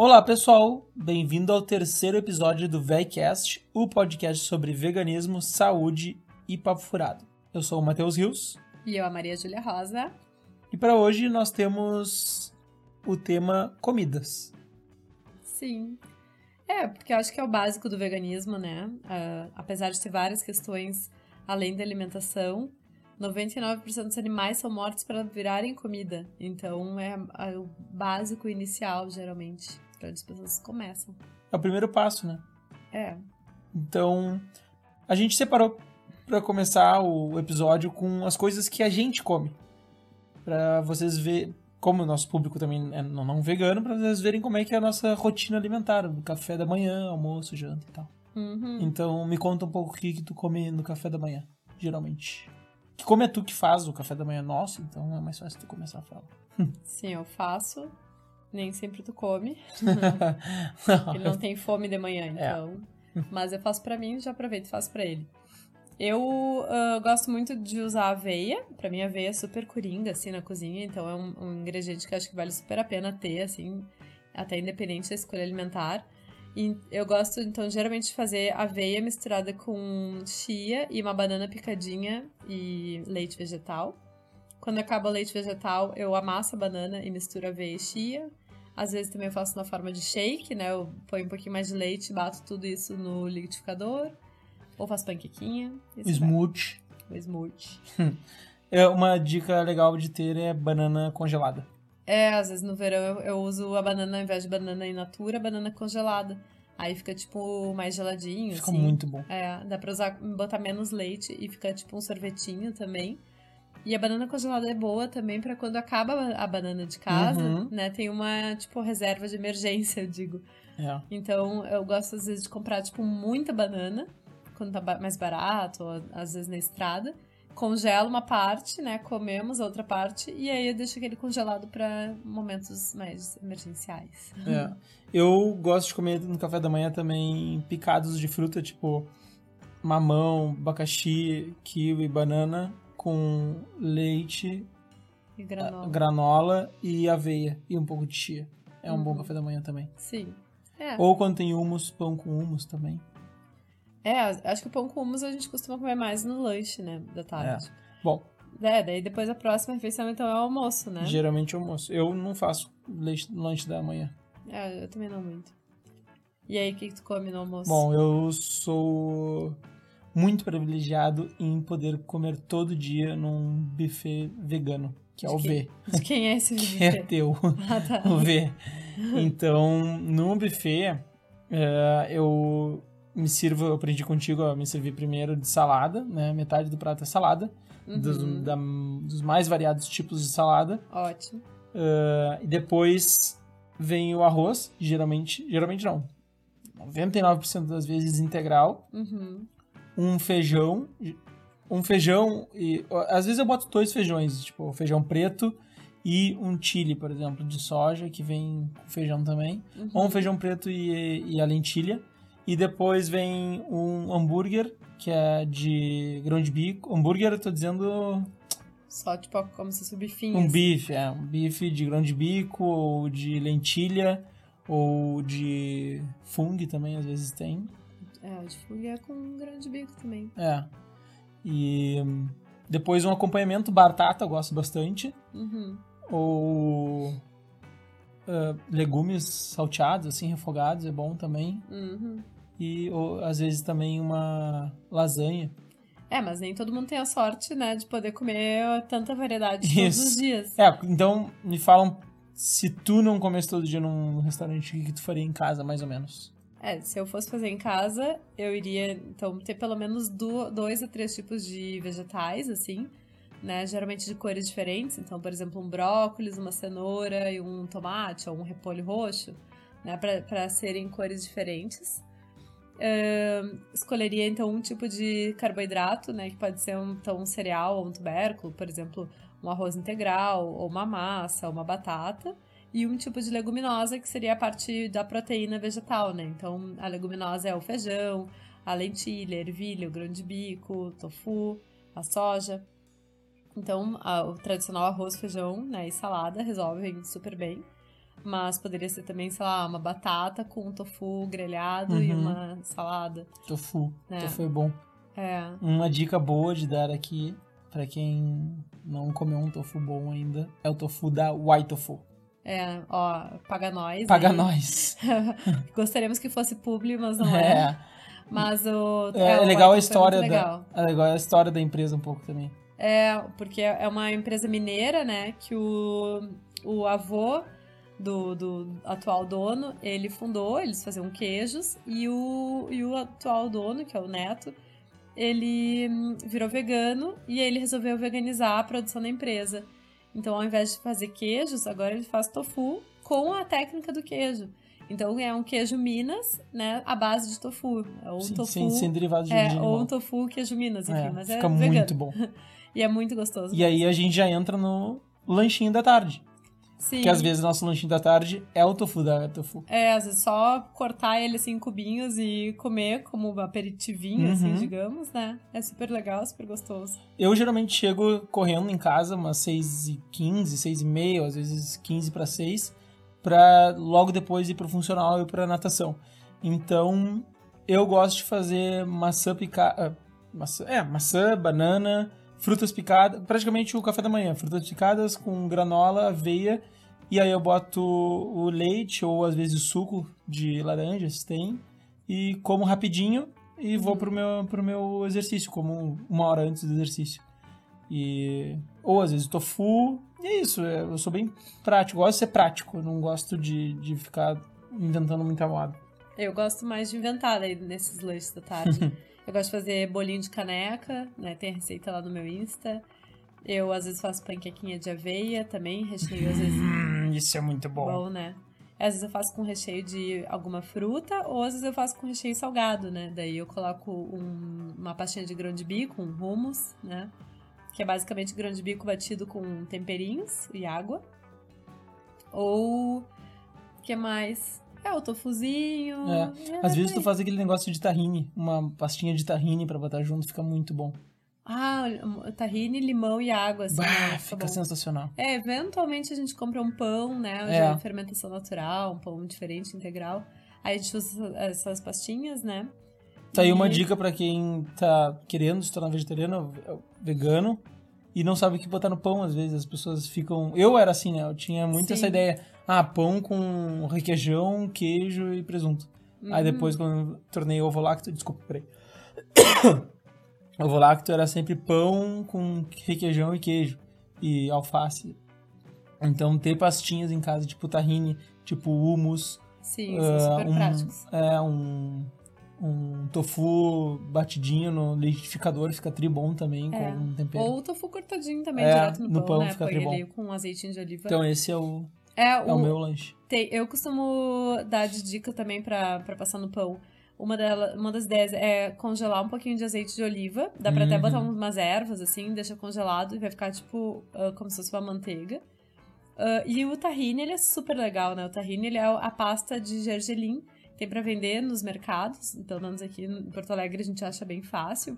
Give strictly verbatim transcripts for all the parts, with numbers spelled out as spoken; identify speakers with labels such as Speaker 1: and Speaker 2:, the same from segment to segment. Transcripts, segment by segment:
Speaker 1: Olá pessoal, bem-vindo ao terceiro episódio do VegCast, o podcast sobre veganismo, saúde e papo furado. Eu sou o Matheus Rios.
Speaker 2: E eu, a Maria Júlia Rosa.
Speaker 1: E para hoje nós temos o tema comidas.
Speaker 2: Sim. É, porque eu acho que é o básico do veganismo, né? Uh, apesar de ter várias questões além da alimentação, noventa e nove por cento dos animais são mortos para virarem comida. Então é, é o básico inicial, geralmente, para as pessoas começam.
Speaker 1: É o primeiro passo, né?
Speaker 2: É.
Speaker 1: Então, a gente separou para começar o episódio com as coisas que a gente come. Para vocês verem, como o nosso público também é não, não vegano, para vocês verem como é que é a nossa rotina alimentar, do café da manhã, almoço, janta e tal.
Speaker 2: Uhum.
Speaker 1: Então, me conta um pouco o que, que tu come no café da manhã, geralmente. Que como é tu que faz o café da manhã nosso, então é mais fácil tu começar a falar.
Speaker 2: Sim, eu faço. Nem sempre tu come. Ele não tem fome de manhã, então. É. Mas eu faço pra mim e já aproveito e faço pra ele. Eu uh, gosto muito de usar aveia. Pra mim, a aveia é super coringa, assim, na cozinha. Então, é um, um ingrediente que eu acho que vale super a pena ter, assim, até independente da escolha alimentar. E eu gosto, então, geralmente de fazer aveia misturada com chia e uma banana picadinha e leite vegetal. Quando acaba o leite vegetal, eu amasso a banana e misturo aveia e chia. Às vezes também eu faço na forma de shake, né? Eu ponho um pouquinho mais de leite, bato tudo isso no liquidificador. Ou faço panquequinha.
Speaker 1: Smoothie.
Speaker 2: O smoothie.
Speaker 1: É uma dica legal de ter é banana congelada.
Speaker 2: É, às vezes no verão eu, eu uso a banana, ao invés de banana in natura, banana congelada. Aí fica, tipo, mais geladinho,
Speaker 1: fica
Speaker 2: assim.
Speaker 1: muito bom.
Speaker 2: É, dá pra usar, botar menos leite e fica, tipo, um sorvetinho também. E a banana congelada é boa também pra quando acaba a banana de casa,
Speaker 1: uhum.
Speaker 2: né? Tem uma, tipo, reserva de emergência, eu digo.
Speaker 1: É.
Speaker 2: Então, eu gosto, às vezes, de comprar, tipo, muita banana, quando tá mais barato, ou às vezes na estrada. Congelo uma parte, né? Comemos a outra parte. E aí eu deixo aquele congelado pra momentos mais emergenciais.
Speaker 1: É. Eu gosto de comer no café da manhã também picados de fruta, tipo mamão, abacaxi, kiwi, banana, com leite,
Speaker 2: E granola.
Speaker 1: granola e aveia e um pouco de chia. É um
Speaker 2: uhum.
Speaker 1: bom café da manhã também.
Speaker 2: Sim. É.
Speaker 1: Ou quando tem hummus, pão com hummus também.
Speaker 2: É, acho que o pão com hummus a gente costuma comer mais no lanche, né, da tarde.
Speaker 1: É. Bom.
Speaker 2: É, daí depois a próxima refeição, então, é o almoço, né?
Speaker 1: Geralmente é almoço. Eu não faço leite, lanche da manhã.
Speaker 2: É, eu também não muito. E aí, o que, que tu come no almoço?
Speaker 1: Bom, eu sou muito privilegiado em poder comer todo dia num buffet vegano, que é
Speaker 2: de
Speaker 1: o
Speaker 2: quem?
Speaker 1: V.
Speaker 2: De quem é esse buffet?
Speaker 1: Que é teu.
Speaker 2: Ah, tá.
Speaker 1: O V. Então, no buffet, é, eu me sirvo, eu aprendi contigo a me servir primeiro de salada, né? Metade do prato é salada,
Speaker 2: uhum.
Speaker 1: dos, da, dos mais variados tipos de salada.
Speaker 2: Ótimo.
Speaker 1: Uh, e depois vem o arroz, geralmente, geralmente não, noventa e nove por cento das vezes integral.
Speaker 2: Uhum.
Speaker 1: Um feijão, um feijão e às vezes eu boto dois feijões, tipo feijão preto e um chili, por exemplo, de soja, que vem com feijão também.
Speaker 2: Uhum.
Speaker 1: Ou um feijão preto e, e a lentilha. E depois vem um hambúrguer, que é de grão de bico. Hambúrguer, eu tô dizendo...
Speaker 2: Só, tipo, como se fosse um bifinho.
Speaker 1: Um
Speaker 2: assim.
Speaker 1: bife, é. Um bife de grão de bico, ou de lentilha, ou de fungo também, às vezes tem.
Speaker 2: É, de fungo é com grão de bico também.
Speaker 1: É. E depois um acompanhamento, batata, eu gosto bastante.
Speaker 2: Uhum.
Speaker 1: Ou uh, legumes salteados, assim, refogados, é bom também.
Speaker 2: Uhum.
Speaker 1: E ou, às vezes também uma lasanha.
Speaker 2: É, mas nem todo mundo tem a sorte, né, de poder comer tanta variedade
Speaker 1: Isso.
Speaker 2: todos os dias.
Speaker 1: É, então me falam, se tu não comesse todo dia num restaurante, o que tu faria em casa, mais ou menos?
Speaker 2: É, se eu fosse fazer em casa, eu iria, então, ter pelo menos do, dois a três tipos de vegetais, assim, né, geralmente de cores diferentes. Então, por exemplo, um brócolis, uma cenoura e um tomate, ou um repolho roxo, né, pra, pra serem cores diferentes. Uh, escolheria, então, um tipo de carboidrato, né, que pode ser um, então, um cereal ou um tubérculo, por exemplo, um arroz integral, ou uma massa, ou uma batata. E um tipo de leguminosa, que seria a parte da proteína vegetal, né? Então, a leguminosa é o feijão, a lentilha, a ervilha, o grão de bico, o tofu, a soja. Então, a, o tradicional arroz, feijão, né, e salada resolvem super bem. Mas poderia ser também, sei lá, uma batata com um tofu grelhado uhum. e uma salada.
Speaker 1: Tofu. É. Tofu é bom.
Speaker 2: É.
Speaker 1: Uma dica boa de dar aqui, pra quem não comeu um tofu bom ainda, é o tofu da White Tofu.
Speaker 2: É, ó, paga nós.
Speaker 1: Paga nós.
Speaker 2: Gostaríamos que fosse publi, mas não é. é. Mas o...
Speaker 1: É, é legal a história da... É legal a história da empresa um pouco também.
Speaker 2: É, porque é uma empresa mineira, né, que o, o avô do, do atual dono, ele fundou, eles faziam queijos, e o, e o atual dono, que é o neto, ele virou vegano e ele resolveu veganizar a produção da empresa. Então, ao invés de fazer queijos, agora ele faz tofu com a técnica do queijo. Então, é um queijo Minas, né, à base de tofu. Ou
Speaker 1: sim,
Speaker 2: tofu,
Speaker 1: sem, sem derivados de
Speaker 2: é,
Speaker 1: origem
Speaker 2: ou um tofu queijo Minas, enfim,
Speaker 1: é,
Speaker 2: mas
Speaker 1: fica
Speaker 2: é
Speaker 1: muito
Speaker 2: vegano.
Speaker 1: bom.
Speaker 2: E é muito gostoso.
Speaker 1: E aí a gente já entra no lanchinho da tarde.
Speaker 2: Sim.
Speaker 1: Que às vezes nosso lanchinho da tarde é o tofu da tofu.
Speaker 2: É, às vezes só cortar ele assim em cubinhos e comer como um aperitivinho, uhum. assim, digamos, né? É super legal, super gostoso.
Speaker 1: Eu geralmente chego correndo em casa umas seis e quinze, seis e meia, às vezes quinze para seis, pra logo depois ir pro funcional e pra natação. Então, eu gosto de fazer maçã picada... Maçã, é, maçã, banana, frutas picadas, praticamente o café da manhã, frutas picadas com granola, aveia, e aí eu boto o leite ou às vezes suco de laranja, se tem, e como rapidinho e vou pro meu, pro meu exercício, como uma hora antes do exercício. E, ou às vezes tofu, e é isso, eu sou bem prático, gosto de ser prático, não gosto de, de ficar inventando muita moda.
Speaker 2: Eu gosto mais de inventar aí nesses lanches da tarde. Eu gosto de fazer bolinho de caneca, né? Tem a receita lá no meu Insta. Eu, às vezes, faço panquequinha de aveia também, recheio, às vezes...
Speaker 1: Hum, isso é muito bom.
Speaker 2: Bom, né? Às vezes eu faço com recheio de alguma fruta, ou às vezes eu faço com recheio salgado, né? Daí eu coloco um, uma pastinha de grão de bico, um hummus, né? Que é basicamente grão de bico batido com temperinhos e água. Ou... o que mais... É, o tofuzinho.
Speaker 1: É.
Speaker 2: É,
Speaker 1: Às vezes
Speaker 2: é.
Speaker 1: tu faz aquele negócio de tahine, uma pastinha de tahine pra botar junto, fica muito bom.
Speaker 2: Ah, tahine, limão e água, assim.
Speaker 1: Bah,
Speaker 2: né?
Speaker 1: fica
Speaker 2: bom.
Speaker 1: Sensacional.
Speaker 2: É, eventualmente a gente compra um pão, né?
Speaker 1: É.
Speaker 2: De fermentação natural, um pão diferente, integral. Aí a gente usa essas pastinhas, né?
Speaker 1: Tá aí
Speaker 2: e...
Speaker 1: uma dica pra quem tá querendo se tornar vegetariano, vegano, e não sabe o que botar no pão, às vezes. As pessoas ficam... Eu era assim, né? Eu tinha muito Sim. essa ideia. Ah, pão com requeijão, queijo e presunto. Uhum. Aí depois, quando eu tornei ovo lacto... Desculpa, peraí. Ovo lacto era sempre pão com requeijão e queijo. E alface. Então, ter pastinhas em casa, tipo tahine, tipo hummus.
Speaker 2: Sim, uh, são super
Speaker 1: um,
Speaker 2: práticos.
Speaker 1: É, um... Um tofu batidinho no liquidificador fica tri bom também, é. com um tempero.
Speaker 2: Ou o tofu cortadinho também,
Speaker 1: é,
Speaker 2: direto no,
Speaker 1: no
Speaker 2: pão,
Speaker 1: pão
Speaker 2: né?
Speaker 1: Fica
Speaker 2: Põe
Speaker 1: tri bom.
Speaker 2: ali com um azeitinho de oliva.
Speaker 1: Então esse é o,
Speaker 2: é,
Speaker 1: é
Speaker 2: o,
Speaker 1: o meu lanche.
Speaker 2: Tem, eu costumo dar de dica também pra, pra passar no pão. Uma, dela, uma das ideias é congelar um pouquinho de azeite de oliva. Dá pra uhum. até botar umas ervas, assim, deixa congelado e vai ficar, tipo, uh, como se fosse uma manteiga. Uh, e o tahine, ele é super legal, né? O tahine, ele é a pasta de gergelim. Tem pra vender nos mercados, então, pelo menos aqui em Porto Alegre a gente acha bem fácil.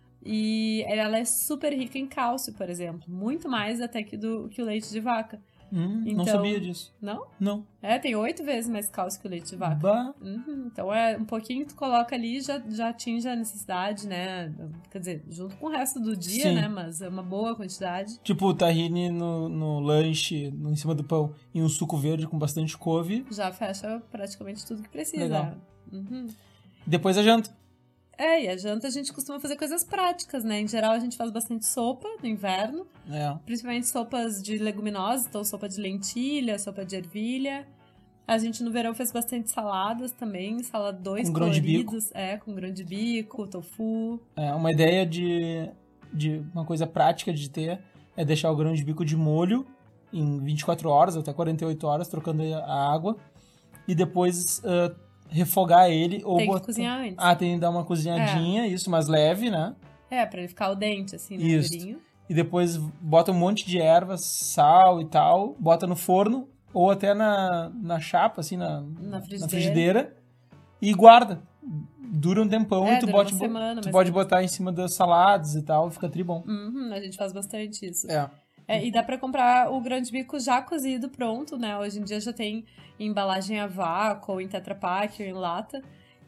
Speaker 2: E ela é super rica em cálcio, por exemplo. Muito mais até que, do, que o leite de vaca.
Speaker 1: Hum,
Speaker 2: então,
Speaker 1: não sabia disso.
Speaker 2: Não?
Speaker 1: Não.
Speaker 2: É, tem oito vezes mais cálcio que o leite de vaca.
Speaker 1: Bah.
Speaker 2: Uhum, então, é um pouquinho que tu coloca ali e já, já atinge a necessidade, né? Quer dizer, junto com o resto do dia, Sim. né? Mas é uma boa quantidade.
Speaker 1: Tipo, o tahine no, no lanche, no, em cima do pão, e um suco verde com bastante couve.
Speaker 2: Já fecha praticamente tudo que precisa.
Speaker 1: Legal.
Speaker 2: Uhum.
Speaker 1: Depois a janta.
Speaker 2: É, e a janta a gente costuma fazer coisas práticas, né? Em geral, a gente faz bastante sopa no inverno.
Speaker 1: É.
Speaker 2: Principalmente sopas de leguminosas, então sopa de lentilha, sopa de ervilha. A gente no verão fez bastante saladas também, saladões
Speaker 1: com grão de bico.
Speaker 2: É, com grão de bico, tofu.
Speaker 1: É, uma ideia de, de uma coisa prática de ter é deixar o grão de bico de molho em vinte e quatro horas, até quarenta e oito horas, trocando a água. E depois... Uh, refogar ele ou
Speaker 2: tem que
Speaker 1: botar...
Speaker 2: cozinhar antes.
Speaker 1: Ah, tem que dar uma cozinhadinha, é. isso, mas leve, né?
Speaker 2: É, pra ele ficar al dente, assim, né?
Speaker 1: Isso.
Speaker 2: Durinho.
Speaker 1: E depois bota um monte de ervas, sal e tal, bota no forno ou até na, na chapa, assim, na,
Speaker 2: na, frigideira.
Speaker 1: na frigideira e guarda. Dura um tempão
Speaker 2: é,
Speaker 1: e tu,
Speaker 2: dura
Speaker 1: bote,
Speaker 2: uma semana,
Speaker 1: tu pode botar em cima das saladas e tal, fica tri bom.
Speaker 2: Uhum, a gente faz bastante isso.
Speaker 1: É.
Speaker 2: É, e dá pra comprar o grande bico já cozido, pronto, né? Hoje em dia já tem em embalagem a vácuo, ou em Tetra Pak, ou em lata.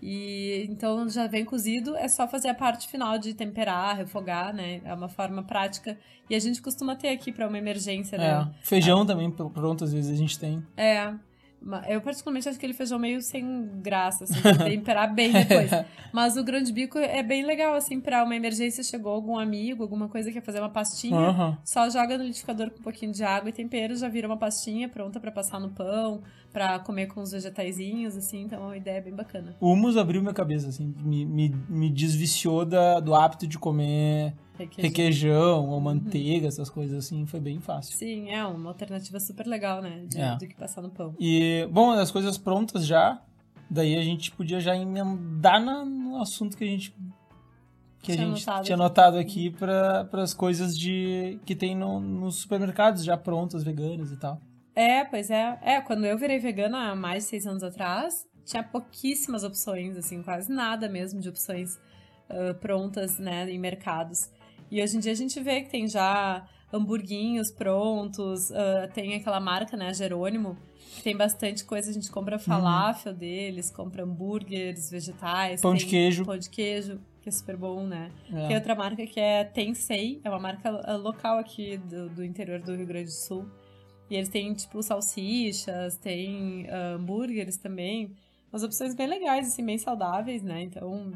Speaker 2: E então já vem cozido, é só fazer a parte final de temperar, refogar, né? É uma forma prática. E a gente costuma ter aqui pra uma emergência, né?
Speaker 1: É, feijão ah, também, pronto, às vezes a gente tem.
Speaker 2: É. Eu particularmente acho aquele feijão meio sem graça, assim, pra temperar bem depois. Mas o grande bico é bem legal, assim, pra uma emergência, chegou algum amigo, alguma coisa, quer fazer uma pastinha, uhum. Só joga no liquidificador com um pouquinho de água e tempero, já vira uma pastinha pronta pra passar no pão, pra comer com os vegetaizinhos, assim, então é uma ideia bem bacana.
Speaker 1: O hummus abriu minha cabeça, assim, me, me, me desviciou da, do hábito de comer... Requeijão, requeijão ou manteiga, uhum. Essas coisas assim, foi bem fácil.
Speaker 2: Sim, é uma alternativa super legal, né? De, é. Do que passar no pão.
Speaker 1: E, bom, as coisas prontas já, daí a gente podia já emendar na, no assunto que a gente que tinha a gente tinha anotado aqui para as coisas de que tem no, nos supermercados já prontas, veganas e tal.
Speaker 2: É, pois é. É, quando eu virei vegana há mais de seis anos atrás, tinha pouquíssimas opções, assim, quase nada mesmo de opções uh, prontas, né, em mercados. E hoje em dia a gente vê que tem já hamburguinhos prontos, uh, tem aquela marca, né, Jerônimo, que tem bastante coisa, a gente compra falafel uhum. deles, compra hambúrgueres, vegetais.
Speaker 1: Pão de queijo.
Speaker 2: Pão de queijo, que é super bom, né? É. Tem outra marca que é Tensei, é uma marca local aqui do, do interior do Rio Grande do Sul. E eles têm, tipo, salsichas, tem uh, hambúrgueres também. Umas opções bem legais, assim, bem saudáveis, né? Então...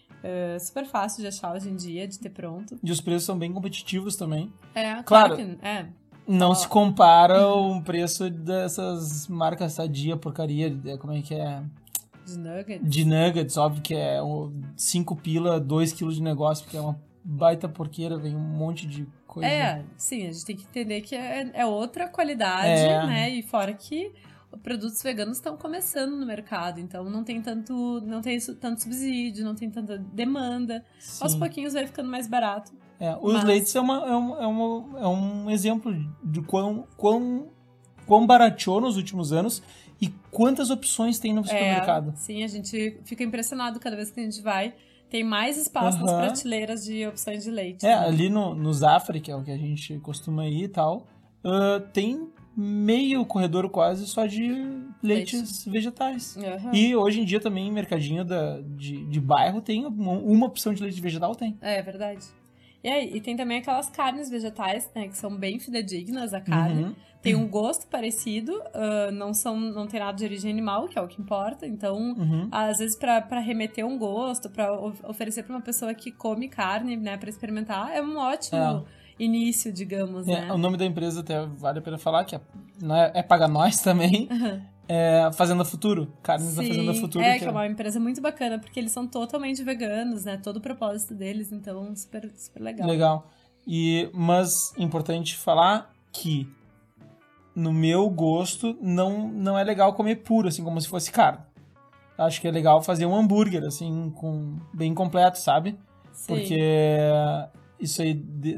Speaker 2: É super fácil de achar hoje em dia, de ter pronto.
Speaker 1: E os preços são bem competitivos também.
Speaker 2: É,
Speaker 1: claro.
Speaker 2: claro que, é.
Speaker 1: Não oh. se compara o preço dessas marcas sadia, porcaria, como é que é?
Speaker 2: De nuggets.
Speaker 1: De nuggets, óbvio que é cinco pila, dois quilos de negócio, porque é uma baita porqueira, vem um monte de coisa.
Speaker 2: É, sim, a gente tem que entender que é, é outra qualidade, é. Né? E fora que... produtos veganos estão começando no mercado, então não tem tanto, não tem tanto subsídio, não tem tanta demanda. Sim. Aos pouquinhos vai ficando mais barato.
Speaker 1: É, os mas... leites é, uma, é, uma, é, uma, é um exemplo de quão, quão, quão barateou nos últimos anos e quantas opções tem no supermercado.
Speaker 2: É, sim, a gente fica impressionado cada vez que a gente vai. Tem mais espaço uhum. nas prateleiras de opções de leite.
Speaker 1: É,
Speaker 2: né?
Speaker 1: Ali no, no Zafra, que é o que a gente costuma ir e tal, uh, tem... meio corredor quase só de leites Leite. vegetais. Uhum. E hoje em dia também em mercadinho da, de, de bairro tem uma, uma opção de leite vegetal, tem.
Speaker 2: É, é verdade. E, aí, e tem também aquelas carnes vegetais, né, que são bem fidedignas a carne. Uhum. Tem um gosto parecido, uh, não, são, não tem nada de origem animal, que é o que importa. Então, uhum. às vezes, pra, pra remeter um gosto, pra oferecer pra uma pessoa que come carne, né, pra experimentar, é um ótimo... É. início, digamos,
Speaker 1: é,
Speaker 2: né?
Speaker 1: O nome da empresa até vale a pena falar, que é, não é, é Paga Nós também, uhum. é Fazenda Futuro, Carnes Sim, da Fazenda Futuro.
Speaker 2: É, que é uma empresa muito bacana, porque eles são totalmente veganos, né? Todo o propósito deles, então super, super legal.
Speaker 1: Legal. E, mas, importante falar que, no meu gosto, não, não é legal comer puro, assim, como se fosse carne. Acho que é legal fazer um hambúrguer, assim, com, bem completo, sabe? Sim. Porque... isso aí,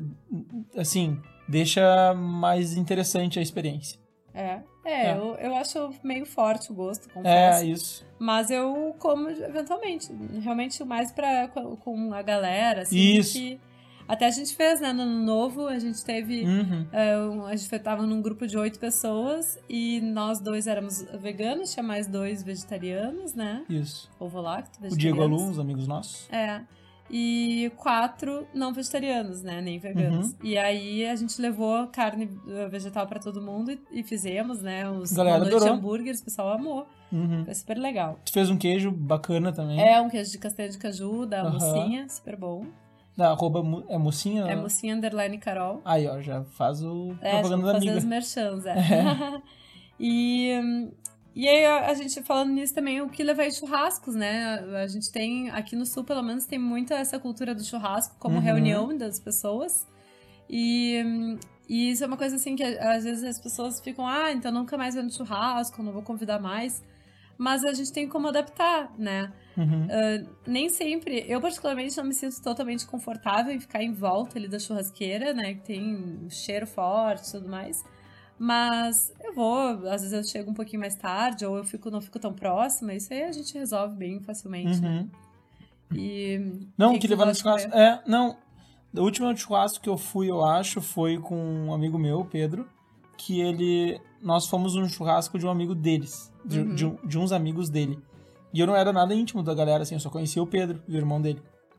Speaker 1: assim, deixa mais interessante a experiência.
Speaker 2: É, é, é. Eu, eu acho meio forte o gosto, confesso.
Speaker 1: É, isso.
Speaker 2: Mas eu como eventualmente, realmente mais pra, com a galera, assim.
Speaker 1: Isso.
Speaker 2: Que até a gente fez, né, no Ano Novo, a gente teve, uhum. uh, a gente tava num grupo de oito pessoas e nós dois éramos veganos, tinha mais dois vegetarianos, né?
Speaker 1: Isso.
Speaker 2: Ovo-lacto, vegetarianos.
Speaker 1: O Diego Alu, uns amigos nossos.
Speaker 2: É. E quatro não vegetarianos, né? Nem veganos. Uhum. E aí a gente levou carne vegetal pra todo mundo e, e fizemos, né? Os
Speaker 1: Galera
Speaker 2: de hambúrgueres, o pessoal amou. Uhum. Foi super legal.
Speaker 1: Tu fez um queijo bacana também.
Speaker 2: É, um queijo de castanha de caju, da uhum. Mocinha, super bom.
Speaker 1: Da arroba é Mocinha?
Speaker 2: É Mocinha underline Carol.
Speaker 1: Aí, ó, já faz o
Speaker 2: é,
Speaker 1: propaganda da amiga.
Speaker 2: É, fazer os merchans, é. é. e... E aí, a gente falando nisso também, o que leva aí churrascos, né? A gente tem, aqui no Sul, pelo menos, tem muita essa cultura do churrasco como uhum. reunião das pessoas. E, e isso é uma coisa assim que, às vezes, as pessoas ficam, ah, então nunca mais vou no churrasco, não vou convidar mais. Mas a gente tem como adaptar, né? Uhum. Uh, nem sempre, eu particularmente não me sinto totalmente confortável em ficar em volta ali da churrasqueira, né? Que tem um cheiro forte e tudo mais. Mas eu vou, às vezes eu chego um pouquinho mais tarde, ou eu fico, não fico tão próxima, isso aí a gente resolve bem facilmente, uhum. né? E...
Speaker 1: Não, o que, que levar no churrasco... É, não, O último churrasco que eu fui, eu acho, foi com um amigo meu, o Pedro, que ele... Nós fomos num churrasco de um amigo deles, de,
Speaker 2: Uhum.
Speaker 1: de, de uns amigos dele. E eu não era nada íntimo da galera, assim, eu só conhecia o Pedro, o irmão dele.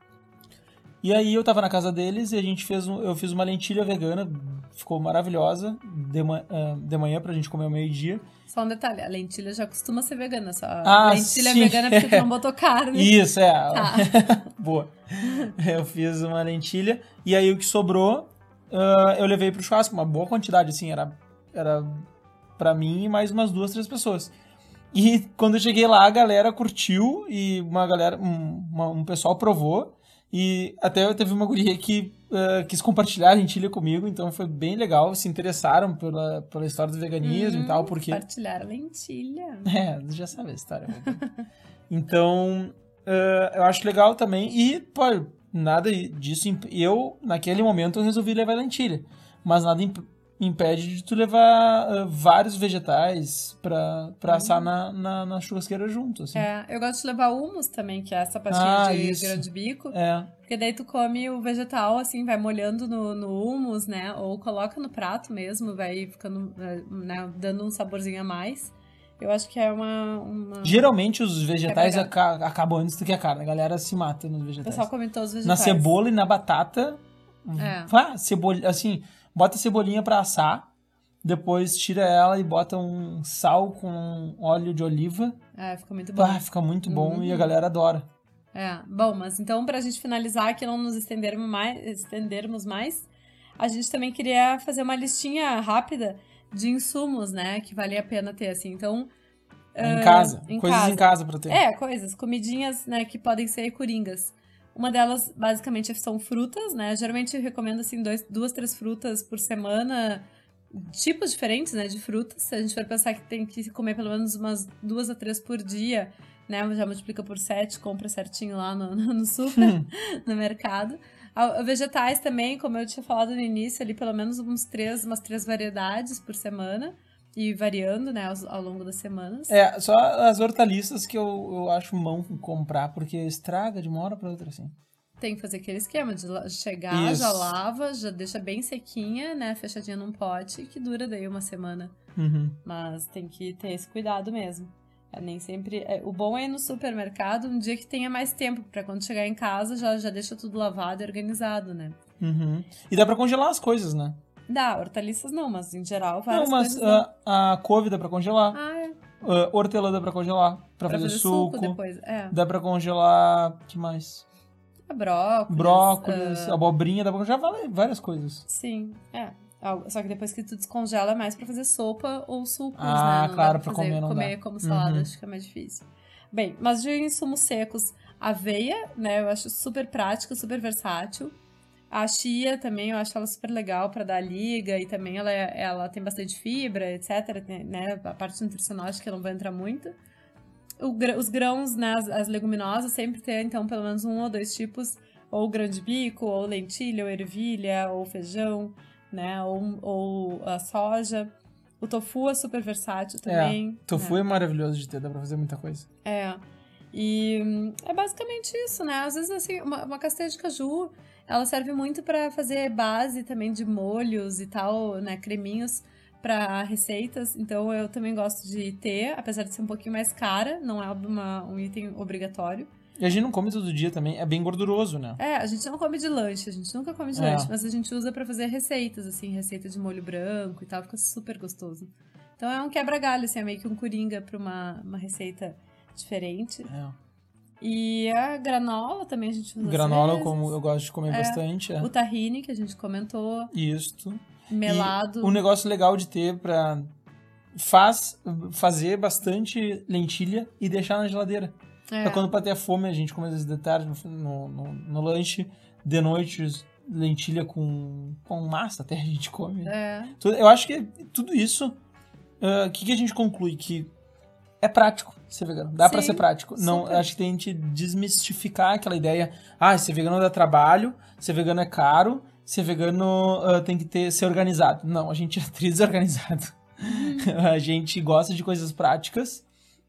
Speaker 1: E aí eu tava na casa deles e a gente fez um, eu fiz uma lentilha vegana, ficou maravilhosa, de, ma, uh, de manhã pra gente comer ao meio-dia.
Speaker 2: Só um detalhe, a lentilha já costuma ser vegana, só
Speaker 1: Ah,
Speaker 2: lentilha
Speaker 1: sim.
Speaker 2: vegana porque tu não botou carne.
Speaker 1: Isso, é.
Speaker 2: Tá.
Speaker 1: Boa. Eu fiz uma lentilha e aí o que sobrou uh, eu levei pro churrasco, uma boa quantidade, assim, era, era pra mim e mais umas duas, três pessoas. E quando eu cheguei lá, a galera curtiu e uma galera, um, uma, um pessoal provou. E até teve uma guria que uh, quis compartilhar a lentilha comigo, então foi bem legal, se interessaram pela, pela história do veganismo hum, e tal, porque...
Speaker 2: Compartilhar a lentilha.
Speaker 1: É, já sabe a história. Então, uh, eu acho legal também, e, pô, nada disso... Eu, naquele momento, eu resolvi levar a lentilha, mas nada imp- impede de tu levar uh, vários vegetais pra, pra hum. assar na, na, na churrasqueira junto, assim.
Speaker 2: É, eu gosto de levar hummus também, que é essa pastinha
Speaker 1: ah,
Speaker 2: de
Speaker 1: isso.
Speaker 2: grande bico.
Speaker 1: É.
Speaker 2: Porque daí tu come o vegetal, assim, vai molhando no, no hummus, né? Ou coloca no prato mesmo, vai ficando, né, dando um saborzinho a mais. Eu acho que é uma... uma...
Speaker 1: Geralmente os vegetais aca- acabam antes do que a carne. A galera se mata nos vegetais.
Speaker 2: O pessoal come todos os
Speaker 1: Na
Speaker 2: vegetais.
Speaker 1: cebola e na batata...
Speaker 2: É.
Speaker 1: Ah, cebola, assim... Bota a cebolinha pra assar, depois tira ela e bota um sal com óleo de oliva.
Speaker 2: É, fica muito bom.
Speaker 1: Ah, fica muito bom uhum. E a galera adora.
Speaker 2: É, bom, mas então pra gente finalizar aqui, não nos estendermos mais, estendermos mais, a gente também queria fazer uma listinha rápida de insumos, né, que vale a pena ter, assim, então...
Speaker 1: Em uh, casa, em coisas
Speaker 2: casa.
Speaker 1: em casa pra ter.
Speaker 2: É, coisas, comidinhas, né, que podem ser coringas. Uma delas, basicamente, são frutas, né? Geralmente eu recomendo, assim, dois, duas, três frutas por semana, tipos diferentes, né, de frutas. Se a gente for pensar que tem que comer pelo menos umas duas a três por dia, né? Já multiplica por sete, compra certinho lá no, no super, no mercado. A, a vegetais também, como eu tinha falado no início, ali pelo menos uns três, umas três variedades por semana. E variando, né, ao, ao longo das semanas.
Speaker 1: É, só as hortaliças que eu, eu acho mão comprar, porque estraga de uma hora pra outra, assim.
Speaker 2: Tem que fazer aquele esquema de chegar,
Speaker 1: Isso.
Speaker 2: já lava, já deixa bem sequinha, né, fechadinha num pote, que dura daí uma semana.
Speaker 1: Uhum.
Speaker 2: Mas tem que ter esse cuidado mesmo. É, nem sempre... É, o bom é ir no supermercado um dia que tenha mais tempo, pra quando chegar em casa já, já deixa tudo lavado e organizado, né.
Speaker 1: Uhum. E dá pra congelar as coisas, né?
Speaker 2: Dá, hortaliças não, mas em geral várias
Speaker 1: não, mas
Speaker 2: coisas não.
Speaker 1: A, a couve dá pra congelar.
Speaker 2: Ah, é.
Speaker 1: Uh, hortelã dá pra congelar, pra,
Speaker 2: pra
Speaker 1: fazer,
Speaker 2: fazer
Speaker 1: suco.
Speaker 2: suco depois, é.
Speaker 1: Dá pra congelar... O que mais?
Speaker 2: Brócolis.
Speaker 1: Brócolis,
Speaker 2: uh...
Speaker 1: abobrinha, dá pra congelar várias coisas.
Speaker 2: Sim, é. Só que depois que tu descongela é mais pra fazer sopa ou sucos,
Speaker 1: ah,
Speaker 2: né? Não
Speaker 1: claro,
Speaker 2: dá pra,
Speaker 1: pra
Speaker 2: fazer,
Speaker 1: comer não
Speaker 2: comer
Speaker 1: dá.
Speaker 2: como salada,
Speaker 1: uhum.
Speaker 2: Acho que é mais difícil. Bem, mas de insumos secos, aveia, né? Eu acho super prática, super versátil. A chia também, eu acho ela super legal pra dar liga e também ela, ela tem bastante fibra, etcétera, né? A parte nutricional acho que não vai entrar muito. O, os grãos, né? As, as leguminosas sempre ter, então, pelo menos um ou dois tipos, ou grão de bico, ou lentilha, ou ervilha, ou feijão, né? Ou, ou a soja. O tofu é super versátil também.
Speaker 1: É, tofu
Speaker 2: né?
Speaker 1: é maravilhoso de ter, dá pra fazer muita coisa.
Speaker 2: É. E é basicamente isso, né? Às vezes, assim, uma, uma castanha de caju, ela serve muito pra fazer base também de molhos e tal, né? Creminhos pra receitas. Então, eu também gosto de ter, apesar de ser um pouquinho mais cara, não é uma, um item obrigatório.
Speaker 1: E a gente não come todo dia também, é bem gorduroso, né?
Speaker 2: É, a gente não come de lanche, a gente nunca come de
Speaker 1: é.
Speaker 2: lanche, mas a gente usa pra fazer receitas, assim, receita de molho branco e tal, fica super gostoso. Então é um quebra-galho, assim, é meio que um coringa pra uma, uma receita diferente.
Speaker 1: É.
Speaker 2: E a granola também a gente usa.
Speaker 1: Granola
Speaker 2: às
Speaker 1: eu, como, eu gosto de comer
Speaker 2: é.
Speaker 1: bastante. É.
Speaker 2: O tahine, que a gente comentou.
Speaker 1: Isto.
Speaker 2: Melado.
Speaker 1: E um negócio legal de ter pra faz, fazer bastante lentilha e deixar na geladeira. É. Pra quando bater a fome, a gente come às vezes de tarde no, no, no lanche, de noite, lentilha com, com massa até a gente come.
Speaker 2: É.
Speaker 1: Eu acho que tudo isso, o uh, que, que a gente conclui? Que é prático ser vegano. Dá Sim, pra ser prático. Super. Não, acho que tem que desmistificar aquela ideia, ah, ser vegano dá trabalho, ser vegano é caro, ser vegano uh, tem que ter, ser organizado. Não, a gente é desorganizado. Hum. A gente gosta de coisas práticas.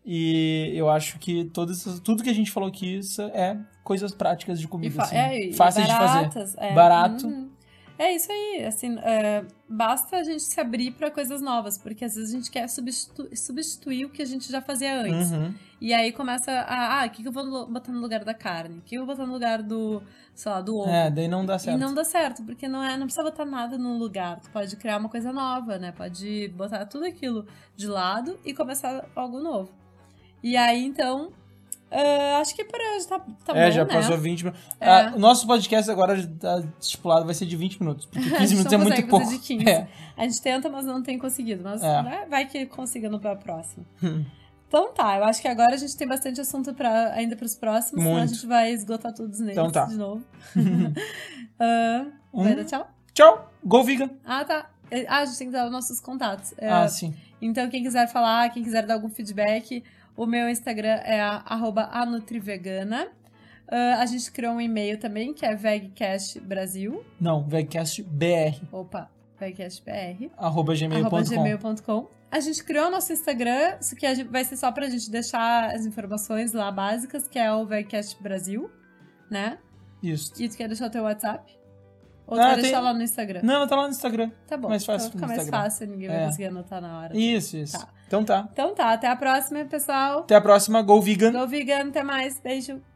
Speaker 1: E eu acho que todas, tudo que a gente falou aqui isso é coisas práticas de comida, assim,
Speaker 2: é,
Speaker 1: fáceis
Speaker 2: baratas,
Speaker 1: de fazer.
Speaker 2: É.
Speaker 1: Barato.
Speaker 2: Uhum. É isso aí, assim, é, basta a gente se abrir para coisas novas, porque às vezes a gente quer substitu- substituir o que a gente já fazia antes.
Speaker 1: Uhum.
Speaker 2: E aí começa a, ah, o que, que eu vou botar no lugar da carne? O que eu vou botar no lugar do, sei lá, do ovo?
Speaker 1: É, daí não dá certo.
Speaker 2: E não dá certo, porque não, é, não precisa botar nada no lugar. Tu pode criar uma coisa nova, né? Pode botar tudo aquilo de lado e começar algo novo. E aí, então... Uh, acho que por hoje tá, tá
Speaker 1: é,
Speaker 2: bom,
Speaker 1: já
Speaker 2: né?
Speaker 1: passou vinte minutos.
Speaker 2: É.
Speaker 1: Ah, o nosso podcast agora tá estipulado, vai ser de vinte minutos. Porque quinze minutos é muito pouco.
Speaker 2: De quinze.
Speaker 1: É.
Speaker 2: A gente tenta, mas não tem conseguido. Mas
Speaker 1: é.
Speaker 2: né, vai que consiga no próximo. Então tá, eu acho que agora a gente tem bastante assunto pra, ainda pros próximos. Muito. Senão a gente vai esgotar todos neles então tá. de novo. uh,
Speaker 1: um.
Speaker 2: Vai dar tchau?
Speaker 1: Tchau! Go Vegan!
Speaker 2: Ah, tá. Ah, a gente tem que dar os nossos contatos.
Speaker 1: Ah,
Speaker 2: uh,
Speaker 1: sim.
Speaker 2: Então quem quiser falar, quem quiser dar algum feedback... O meu Instagram é arroba anutrivegana. Uh, a gente criou um e-mail também, que é vegcastbrasil.
Speaker 1: Não, vegcastbr.
Speaker 2: Opa, vegcastbr.
Speaker 1: Arroba gmail ponto com.
Speaker 2: Arroba gmail ponto com. A gente criou o nosso Instagram, isso que vai ser só pra gente deixar as informações lá básicas, que é o vegcastbrasil, né?
Speaker 1: Isso.
Speaker 2: E tu quer deixar o teu WhatsApp? Ou tu
Speaker 1: ah,
Speaker 2: vai
Speaker 1: tem...
Speaker 2: deixar lá no Instagram?
Speaker 1: Não, tá lá no Instagram.
Speaker 2: Tá bom.
Speaker 1: Mais fácil.
Speaker 2: Então fica mais fácil, ninguém vai é. conseguir anotar na hora.
Speaker 1: Isso, isso.
Speaker 2: Tá.
Speaker 1: Então tá.
Speaker 2: Então tá, até a próxima, pessoal.
Speaker 1: Até a próxima, Go Vegan.
Speaker 2: Go Vegan, até mais, beijo.